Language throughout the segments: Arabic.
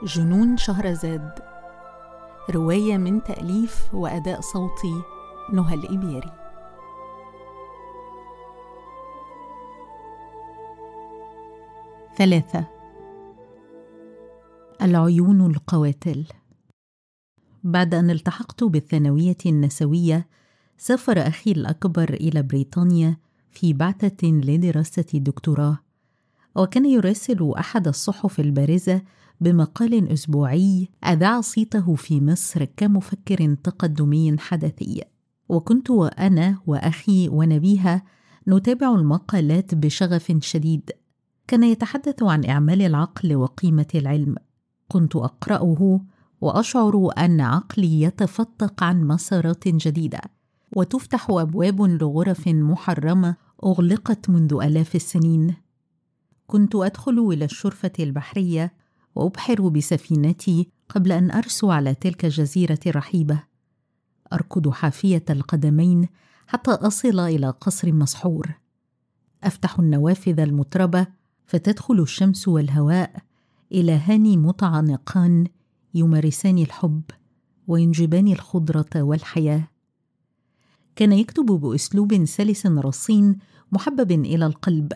جنون شهرزاد، رواية من تأليف وأداء صوتي نهى الإبياري. ثلاثة. العيون القواتل. بعد أن التحقت بالثانوية النسوية، سافر أخي الأكبر إلى بريطانيا في بعثة لدراسة الدكتوراه، وكان يراسل أحد الصحف البارزة بمقال أسبوعي أذاع صيته في مصر كمفكر تقدمي حدثي. وكنت أنا وأخي ونبيها نتابع المقالات بشغف شديد. كان يتحدث عن إعمال العقل وقيمة العلم. كنت أقرأه وأشعر أن عقلي يتفتق عن مسارات جديدة، وتفتح أبواب لغرف محرمة أغلقت منذ آلاف السنين. كنت أدخل إلى الشرفة البحرية وأبحر بسفينتي قبل أن أرسو على تلك الجزيرة الرحيبة. أركض حافية القدمين حتى أصل إلى قصر مسحور. أفتح النوافذ المطربة فتدخل الشمس والهواء إلى هاني متعانقان يمارسان الحب وينجبان الخضرة والحياة. كان يكتب بأسلوب سلس رصين محبب إلى القلب،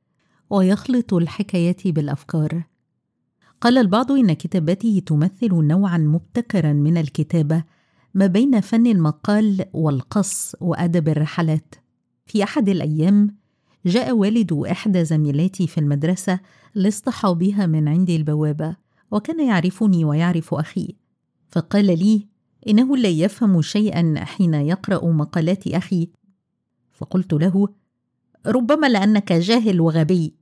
ويخلط الحكايات بالأفكار. قال البعض إن كتاباته تمثل نوعا مبتكرا من الكتابة ما بين فن المقال والقص وأدب الرحلات. في أحد الأيام جاء والد إحدى زميلاتي في المدرسة لاصطحابها من عند البوابة، وكان يعرفني ويعرف أخي، فقال لي إنه لا يفهم شيئا حين يقرأ مقالات أخي. فقلت له: ربما لأنك جاهل وغبي.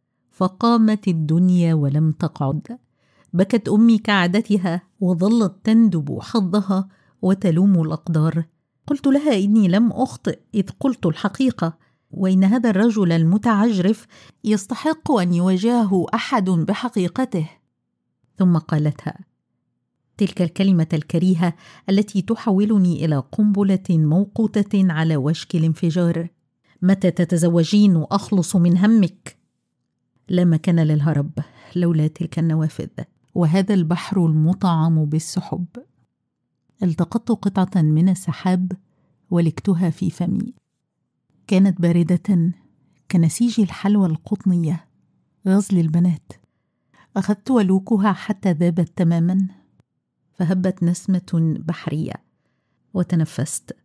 فقامت الدنيا ولم تقعد. بكت أمي كعادتها وظلت تندب حظها وتلوم الأقدار. قلت لها إني لم أخطئ إذ قلت الحقيقة، وإن هذا الرجل المتعجرف يستحق أن يواجهه أحد بحقيقته. ثم قالتها تلك الكلمة الكريهة التي تحولني إلى قنبلة موقوتة على وشك الانفجار: متى تتزوجين وأخلص من همك؟ لا مكان للهرب لولا تلك النوافذ وهذا البحر المطعم بالسحب. التقطت قطعة من السحاب ولكتها في فمي. كانت باردة كنسيج الحلوى القطنية، غزل البنات. أخذت ولوكها حتى ذابت تماما، فهبت نسمة بحرية وتنفست.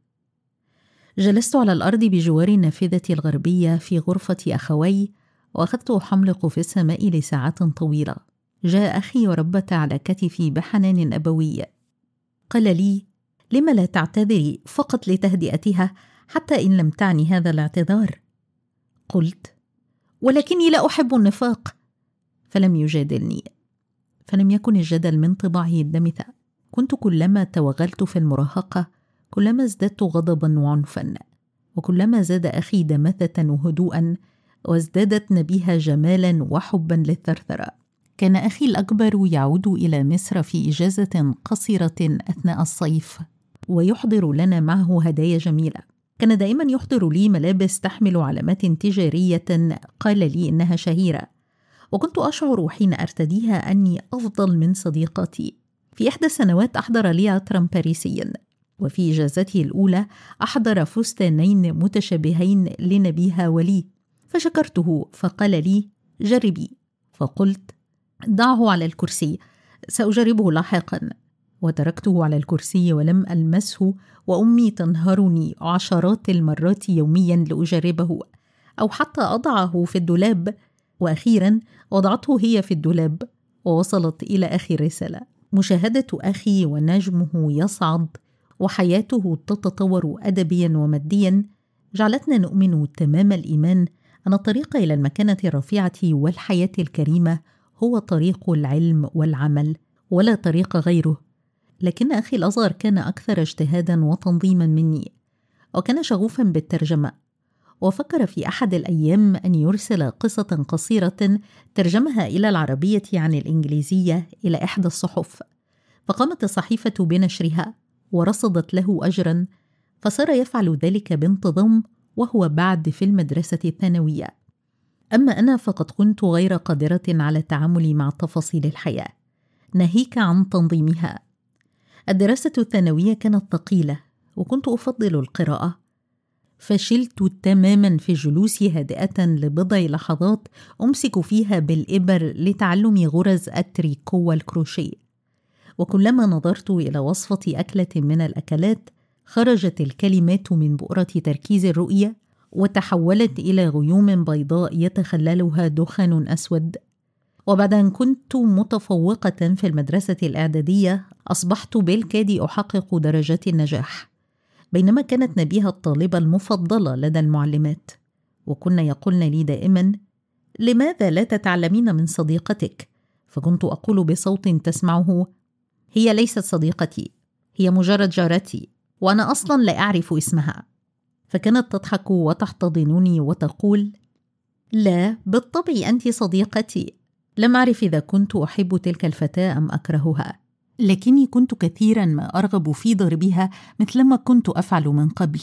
جلست على الأرض بجوار النافذة الغربية في غرفة أخوي، وأخذت أحملق في السماء لساعات طويلة. جاء أخي وربت على كتفي بحنان أبوي. قال لي: لم لا تعتذري فقط لتهدئتها حتى إن لم تعني هذا الاعتذار؟ قلت: ولكني لا أحب النفاق. فلم يجادلني. فلم يكن الجدل من طباعه الدمثة. كنت كلما توغلت في المراهقة كلما ازددت غضبا وعنفا، وكلما زاد أخي دمثة وهدوءا وازدادت نبيها جمالا وحبا للثرثرة. كان أخي الأكبر يعود إلى مصر في إجازة قصيرة أثناء الصيف، ويحضر لنا معه هدايا جميلة. كان دائما يحضر لي ملابس تحمل علامات تجارية قال لي إنها شهيرة، وكنت أشعر حين أرتديها أني أفضل من صديقاتي. في إحدى السنوات أحضر لي عطرا باريسيا، وفي إجازته الأولى أحضر فستانين متشابهين لنبيها ولي. فشكرته فقال لي: جربي. فقلت: ضعه على الكرسي، سأجربه لاحقا. وتركته على الكرسي ولم ألمسه، وأمي تنهرني عشرات المرات يوميا لأجربه أو حتى أضعه في الدولاب. وأخيرا وضعته هي في الدولاب ووصلت إلى آخر رسالة: مشاهدة أخي ونجمه يصعد وحياته تتطور أدبيا وماديا جعلتنا نؤمن تمام الإيمان أن الطريق إلى المكانة الرفيعة والحياة الكريمة هو طريق العلم والعمل ولا طريق غيره. لكن أخي الأصغر كان أكثر اجتهادا وتنظيما مني، وكان شغوفا بالترجمة، وفكر في أحد الأيام أن يرسل قصة قصيرة ترجمها إلى العربية عن الإنجليزية إلى إحدى الصحف. فقامت الصحيفة بنشرها ورصدت له أجرا، فصار يفعل ذلك بانتظام وهو بعد في المدرسة الثانوية. أما أنا فقد كنت غير قادرة على التعامل مع تفاصيل الحياة. ناهيك عن تنظيمها. الدراسة الثانوية كانت ثقيلة وكنت أفضل القراءة. فشلت تماما في الجلوس هادئة لبضع لحظات أمسك فيها بالإبر لتعلم غرز التريكو والكروشيه، وكلما نظرت إلى وصفة أكلة من الأكلات خرجت الكلمات من بؤرة تركيز الرؤية وتحولت إلى غيوم بيضاء يتخللها دخان أسود. وبعد أن كنت متفوقة في المدرسة الإعدادية أصبحت بالكاد أحقق درجات النجاح، بينما كانت نبيهة الطالبة المفضلة لدى المعلمات، وكن يقولن لي دائما: لماذا لا تتعلمين من صديقتك؟ فكنت أقول بصوت تسمعه: هي ليست صديقتي، هي مجرد جارتي، وأنا أصلا لا أعرف اسمها. فكانت تضحك وتحتضنني وتقول: لا، بالطبع أنت صديقتي. لم أعرف إذا كنت أحب تلك الفتاة أم أكرهها، لكني كنت كثيرا ما أرغب في ضربها مثلما كنت أفعل من قبل.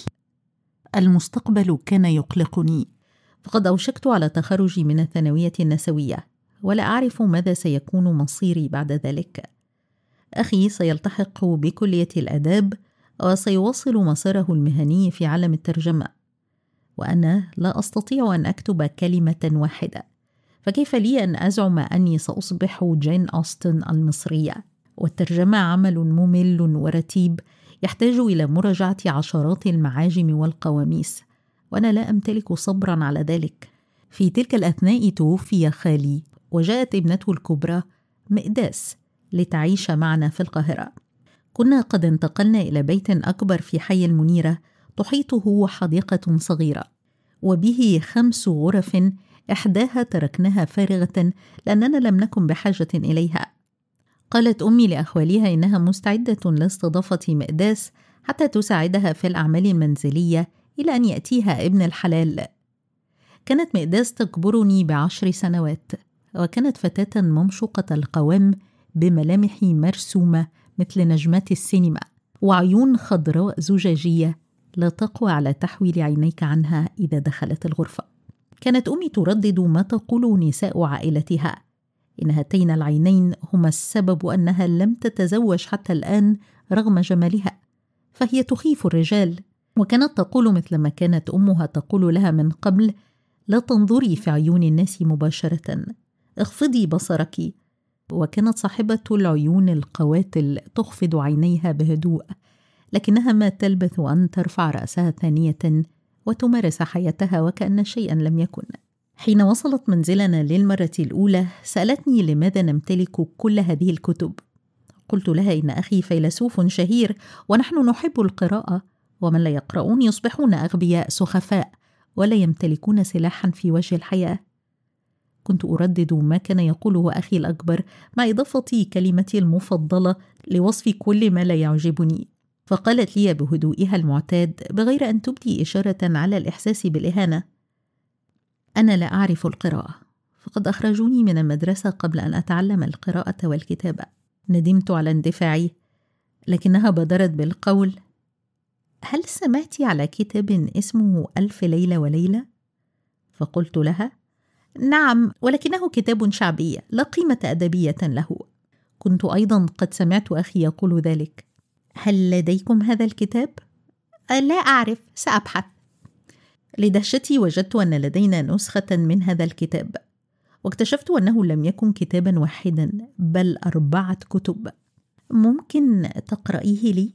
المستقبل كان يقلقني، فقد أوشكت على تخرجي من الثانوية النسوية، ولا أعرف ماذا سيكون مصيري بعد ذلك. أخي سيلتحق بكلية الآداب وسيواصل مساره المهني في عالم الترجمة، وأنا لا أستطيع أن أكتب كلمة واحدة، فكيف لي أن أزعم أني سأصبح جين أوستن المصرية؟ والترجمة عمل ممل ورتيب يحتاج إلى مراجعة عشرات المعاجم والقواميس، وأنا لا أمتلك صبرا على ذلك. في تلك الأثناء توفي خالي، وجاءت ابنته الكبرى مقداس لتعيش معنا في القاهرة. كنا قد انتقلنا إلى بيت أكبر في حي المنيرة تحيطه حديقة صغيرة، وبه 5 غرف، إحداها تركناها فارغة لأننا لم نكن بحاجة إليها. قالت أمي لأخوالها إنها مستعدة لاستضافة مقداس حتى تساعدها في الأعمال المنزلية إلى أن يأتيها ابن الحلال. كانت مقداس تكبرني ب10 سنوات، وكانت فتاة ممشوقة القوام بملامح مرسومة مثل نجمات السينما، وعيون خضراء زجاجية لا تقوى على تحويل عينيك عنها إذا دخلت الغرفة. كانت أمي تردد ما تقول نساء عائلتها، إن هاتين العينين هما السبب أنها لم تتزوج حتى الآن رغم جمالها، فهي تخيف الرجال. وكانت تقول مثلما كانت أمها تقول لها من قبل: لا تنظري في عيون الناس مباشرة، اخفضي بصرك. وكانت صاحبة العيون القواتل تخفض عينيها بهدوء، لكنها ما تلبث أن ترفع رأسها ثانية وتمارس حياتها وكأن شيئا لم يكن. حين وصلت منزلنا للمرة الأولى سألتني لماذا نمتلك كل هذه الكتب. قلت لها إن أخي فيلسوف شهير ونحن نحب القراءة، ومن لا يقرؤون يصبحون أغبياء سخفاء ولا يمتلكون سلاحا في وجه الحياة. كنت أردد ما كان يقوله أخي الأكبر مع إضافة كلمتي المفضلة لوصف كل ما لا يعجبني، فقالت لي بهدوئها المعتاد بغير أن تبدي إشارة على الإحساس بالإهانة: أنا لا أعرف القراءة، فقد أخرجوني من المدرسة قبل أن أتعلم القراءة والكتابة. ندمت على اندفاعي، لكنها بادرت بالقول: هل سمعتي على كتاب اسمه 1000 ليلة وليلة؟ فقلت لها: نعم، ولكنه كتاب شعبي لا قيمة أدبية له. كنت أيضا قد سمعت أخي يقول ذلك. هل لديكم هذا الكتاب؟ لا أعرف، سأبحث. لدهشتي وجدت أن لدينا نسخة من هذا الكتاب، واكتشفت أنه لم يكن كتابا واحدا بل 4 كتب. ممكن تقرأيه لي؟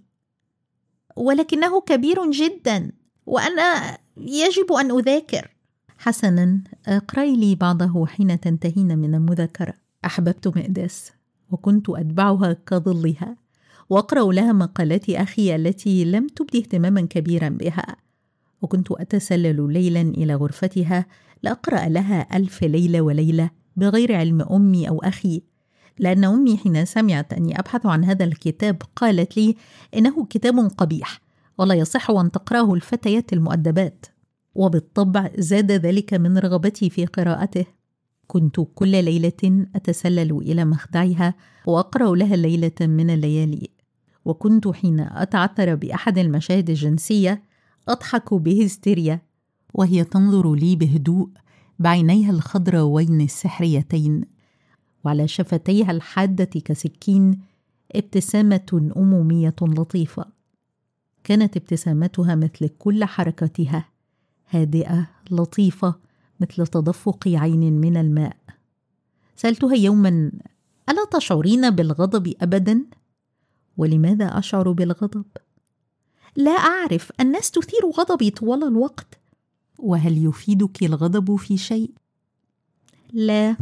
ولكنه كبير جدا وأنا يجب أن أذاكر. حسنا، اقرأي لي بعضه حين تنتهين من المذاكرة. أحببت مقداس وكنت أتبعها كظلها، وأقرأ لها مقالات أخي التي لم تبدي اهتماما كبيرا بها، وكنت أتسلل ليلا إلى غرفتها لأقرأ لها 1000 ليلة وليلة بغير علم أمي أو أخي، لأن أمي حين سمعت أني أبحث عن هذا الكتاب قالت لي إنه كتاب قبيح ولا يصح أن تقرأه الفتيات المؤدبات، وبالطبع زاد ذلك من رغبتي في قراءته. كنت كل ليلة أتسلل إلى مخدعها وأقرأ لها ليلة من الليالي، وكنت حين أتعثر بأحد المشاهد الجنسية أضحك بهستيريا وهي تنظر لي بهدوء بعينيها الخضراوين السحريتين، وعلى شفتيها الحادة كسكين ابتسامة أمومية لطيفة. كانت ابتسامتها مثل كل حركاتها، هادئة لطيفة مثل تدفق عين من الماء. سألتها يوما: ألا تشعرين بالغضب أبدا؟ ولماذا أشعر بالغضب؟ لا أعرف، الناس تثير غضبي طوال الوقت. وهل يفيدك الغضب في شيء؟ لا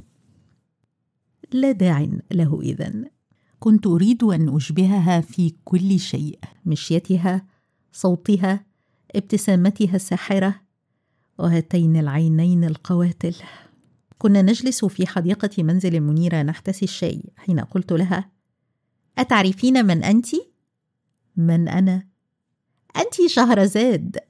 داع له إذن. كنت أريد أن أشبهها في كل شيء: مشيتها، صوتها، ابتسامتها الساحرة، وهاتين العينين القواتل. كنا نجلس في حديقة منزل منيرة نحتسي الشاي حين قلت لها: أتعرفين من أنت؟ من أنا؟ أنت شهرزاد.